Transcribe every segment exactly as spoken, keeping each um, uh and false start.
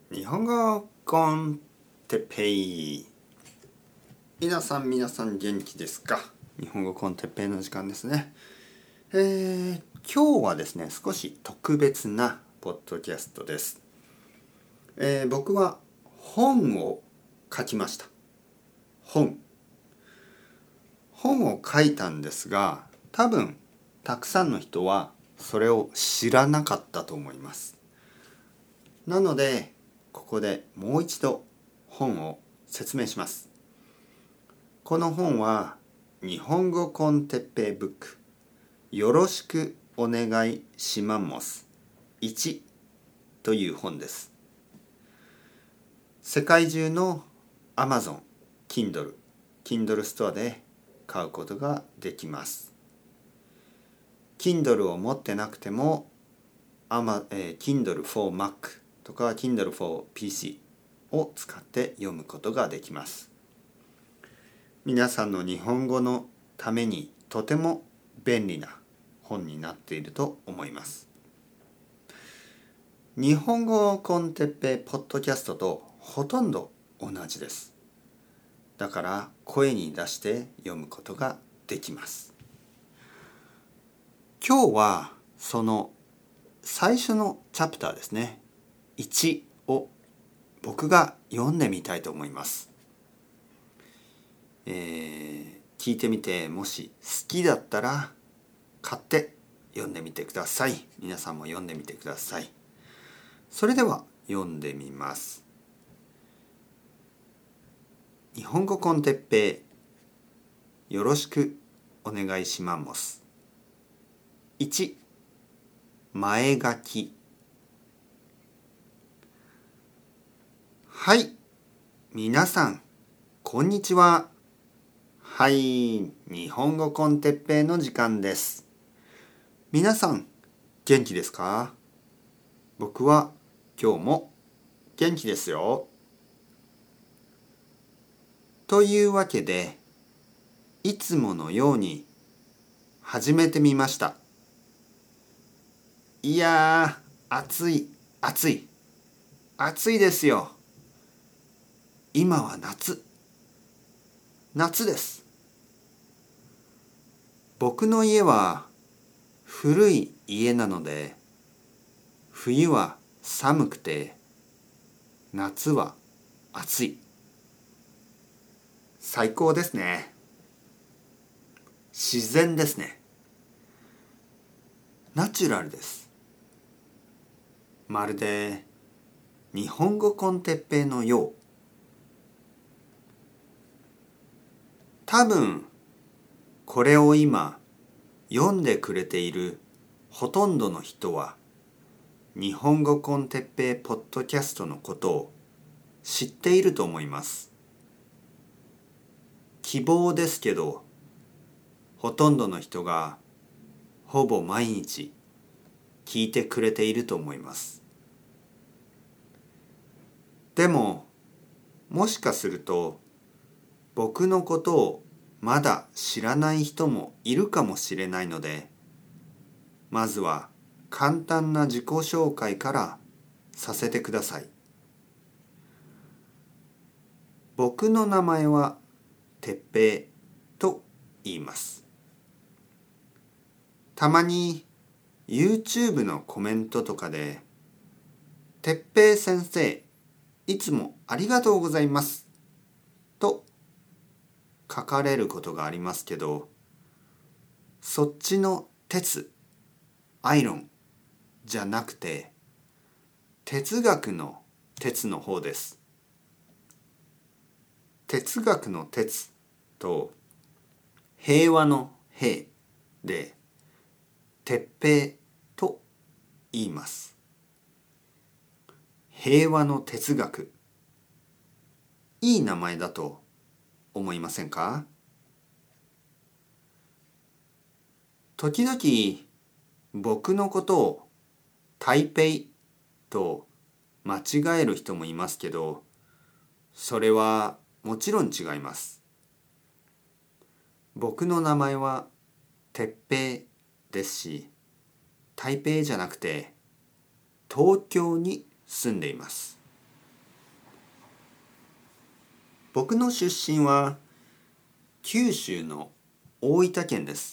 日本語コンテッペイ。皆さん皆さん元気ですか？日本語コンテッペイの時間ですね。えー、今日はですね少し特別なポッドキャストです。えー、僕は本を書きました。本本を書いたんですが、多分たくさんの人はそれを知らなかったと思います。なのでここでもう一度本を説明します。この本は日本語コンテッペイブックよろしくお願いしますいちという本です。世界中の Amazon、Kindle、Kindle ストアで買うことができます。Kindle を持ってなくても、えー、Kindle for Mac とか Kindle for ピーシー を使って読むことができます。皆さんの日本語のためにとても便利な本になっていると思います。日本語コンテッペイポッドキャストとほとんど同じです。だから声に出して読むことができます。今日はその最初のチャプターですね、いちを僕が読んでみたいと思います。えー、聞いてみて、もし好きだったら買って読んでみてください。皆さんも読んでみてください。それでは読んでみます。日本語コンテッペイよろしくお願いします。いち、前書き。はい、皆さんこんにちは。はい、日本語コンテッペイの時間です。皆さん元気ですか？僕は今日も元気ですよ。というわけで、いつものように始めてみました。いやー、暑い、暑い、暑いですよ。今は夏、夏です。僕の家は古い家なので、冬は寒くて、夏は暑い。最高ですね。自然ですね。ナチュラルです。まるで日本語コンテッペイのよう。多分これを今読んでくれているほとんどの人は日本語コンテッペイポッドキャストのことを知っていると思います。希望ですけど、ほとんどの人がほぼ毎日聞いてくれていると思います。でも、もしかすると僕のことをまだ知らない人もいるかもしれないので、まずは簡単な自己紹介からさせてください。僕の名前はてっぺいと言います。たまに YouTube のコメントとかで、てっぺい先生、いつもありがとうございますと書かれることがありますけど、そっちの鉄、アイロンじゃなくて、哲学の哲の方です。哲学の哲と平和の平で、てっぺいと言います。平和の哲学、いい名前だと思いませんか？時々僕のことを台北と間違える人もいますけど、それはもちろん違います。僕の名前はてっぺいですし、台北じゃなくて東京に住んでいます。 僕の出身は九州の大分県です。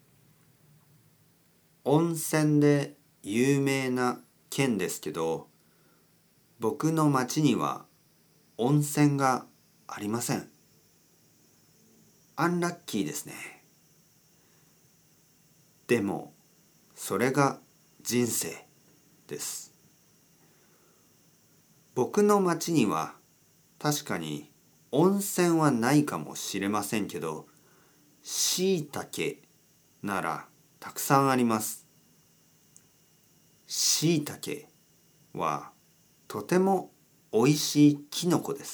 温泉で有名な県ですけど、僕の町には温泉がありません。アンラッキーですね。でも、それが人生です。僕の町には確かに温泉はないかもしれませんけど、しいたけならたくさんあります。しいたけはとてもおいしいきのこです。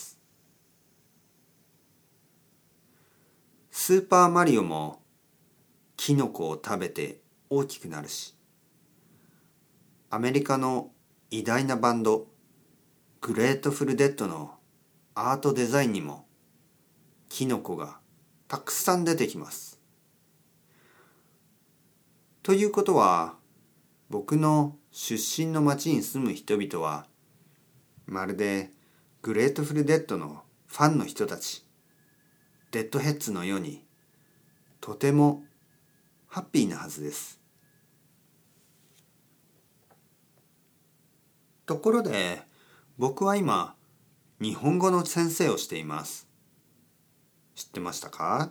スーパーマリオもキノコを食べて大きくなるし、アメリカの偉大なバンドグレートフルデッドのアートデザインにもキノコがたくさん出てきます。ということは、僕の出身の町に住む人々はまるでグレートフルデッドのファンの人たち、デッドヘッズのようにとてもハッピーなはずです。ところで、僕は今日本語の先生をしています。知ってましたか？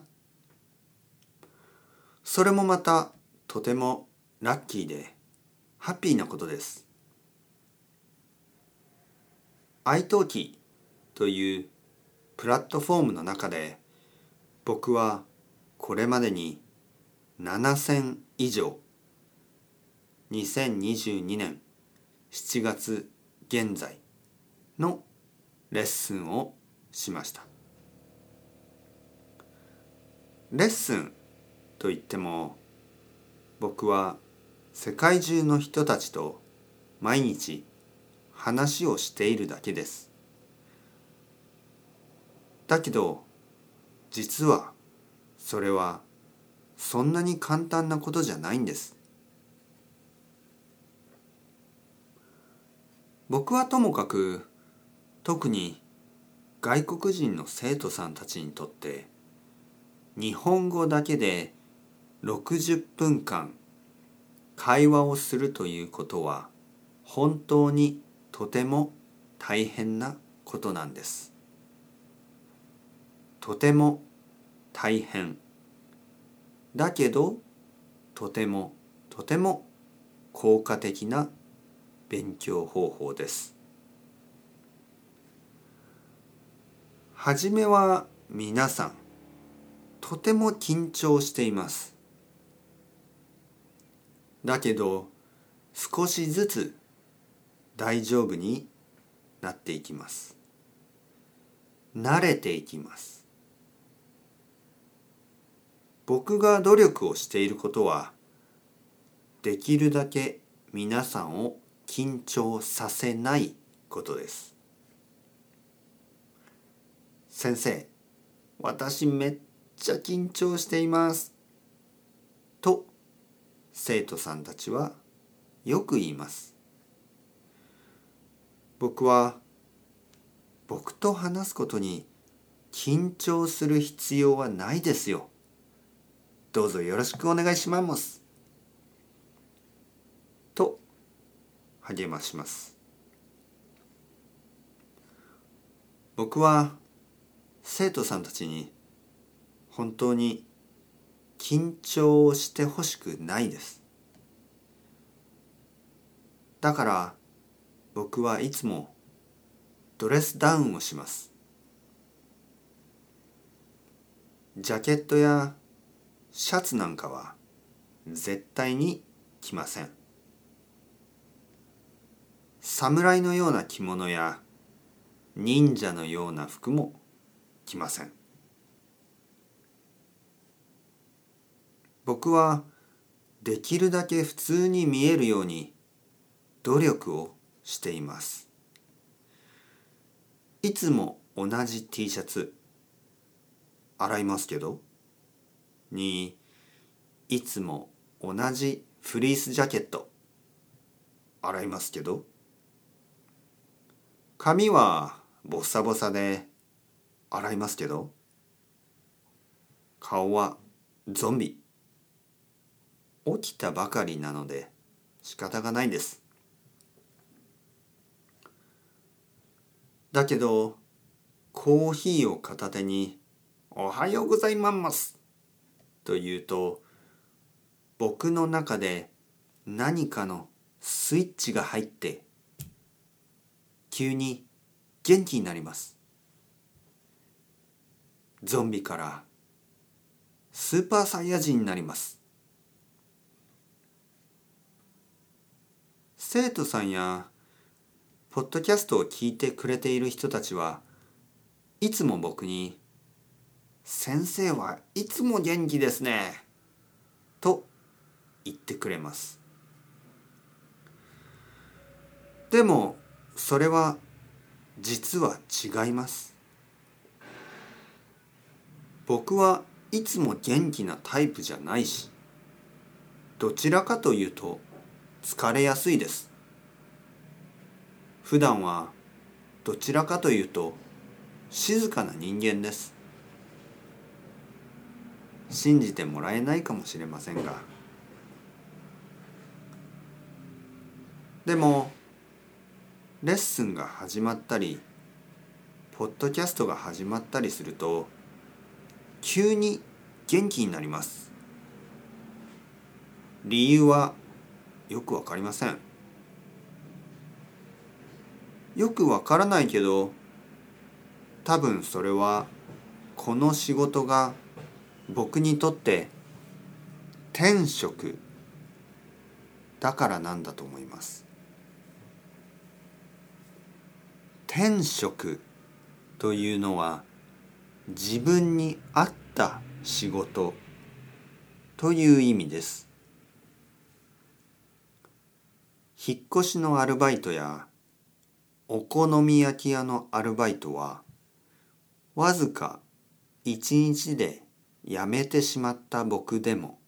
それもまたとてもラッキーでハッピーなことです。iTalki というプラットフォームの中で、僕はこれまでにななせん以上、にせんにじゅうにねんしちがつ現在のレッスンをしました。レッスンといっても、僕は世界中の人たちと毎日話をしているだけです。だけど、実はそれはそんなに簡単なことじゃないんです。僕はともかく、特に外国人の生徒さんたちにとって、日本語だけでろくじゅっぷんかん会話をするということは本当にとても大変なことなんです。とても大変。だけど、とてもとても効果的な勉強方法です。はじめは皆さん、とても緊張しています。だけど、少しずつ大丈夫になっていきます。慣れていきます。僕が努力をしていることは、できるだけ皆さんを緊張させないことです。先生、私めっちゃ緊張しています。と、生徒さんたちはよく言います。僕は、僕と話すことに緊張する必要はないですよ。どうぞよろしくお願いします。と、励まします。僕は、生徒さんたちに本当に緊張をしてほしくないです。だから僕はいつもドレスダウンをします。ジャケットやシャツなんかは絶対に着ません。侍のような着物や忍者のような服も着ません。僕はできるだけ普通に見えるように努力をしています。いつも同じ T シャツ洗いますけど、に、いつも同じフリースジャケット洗いますけど、髪はボサボサで洗いますけど、顔はゾンビ。起きたばかりなので仕方がないです。だけど、コーヒーを片手におはようございますと言うと、僕の中で何かのスイッチが入って急に元気になります。ゾンビからスーパーサイヤ人になります。生徒さんやポッドキャストを聞いてくれている人たちはいつも僕に先生はいつも元気ですねと言ってくれます。でもそれは実は違います。僕はいつも元気なタイプじゃないし、どちらかというと疲れやすいです。普段はどちらかというと静かな人間です。信じてもらえないかもしれませんが、でもレッスンが始まったりポッドキャストが始まったりすると急に元気になります。理由はよくわかりません。よくわからないけど、多分それはこの仕事が僕にとって天職だからなんだと思います。天職というのは自分に合った仕事という意味です。引っ越しのアルバイトやお好み焼き屋のアルバイトはわずか一日で辞めてしまった僕でも、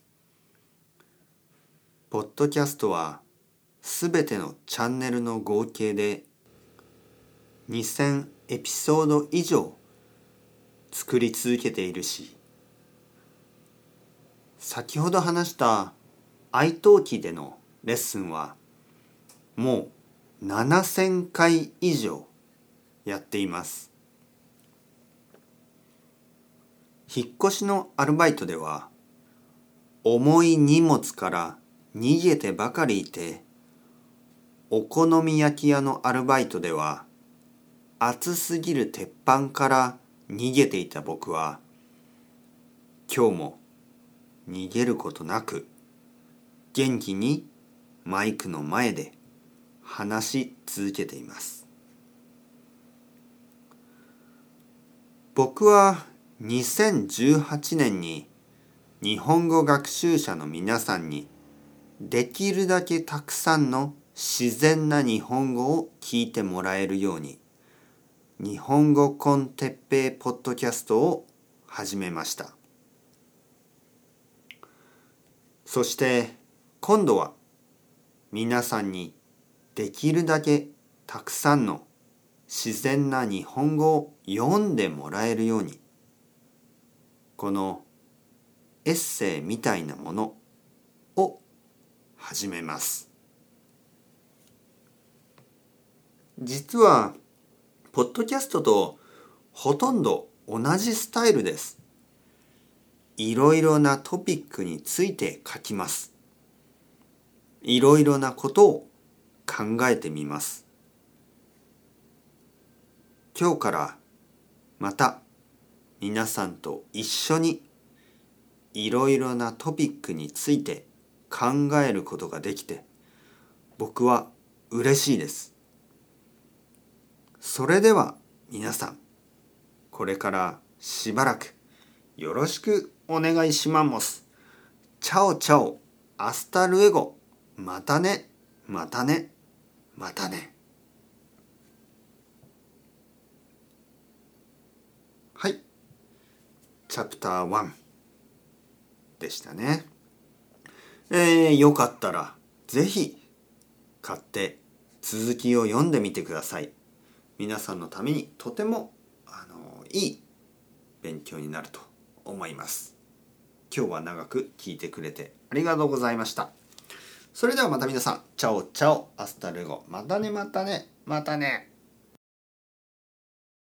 ポッドキャストはすべてのチャンネルの合計でにせんエピソード以上作り続けているし、先ほど話した愛登記でのレッスンはもうななせんかい以上やっています。引っ越しのアルバイトでは重い荷物から逃げてばかりいて、お好み焼き屋のアルバイトでは熱すぎる鉄板から逃げていた僕は、今日も逃げることなく元気にマイクの前で話し続けています。僕はにせんじゅうはちねんに日本語学習者の皆さんにできるだけたくさんの自然な日本語を聞いてもらえるように、日本語コンテッペイポッドキャストを始めました。そして今度は皆さんにできるだけたくさんの自然な日本語を読んでもらえるように、このエッセイみたいなものを始めます。実はポッドキャストとほとんど同じスタイルです。いろいろなトピックについて書きます。いろいろなことを考えてみます。今日からまた皆さんと一緒にいろいろなトピックについて考えることができて、僕は嬉しいです。それでは皆さん、これからしばらくよろしくお願いします。チャオチャオ、アスタルエゴ、またね、またね、またね。はい、チャプターワンでしたね。えー、よかったらぜひ買って続きを読んでみてください。皆さんのためにとてもあのいい勉強になると思います。今日は長く聞いてくれてありがとうございました。それではまた皆さん、チャオチャオ、アスタルゴ、またねまたねまたね。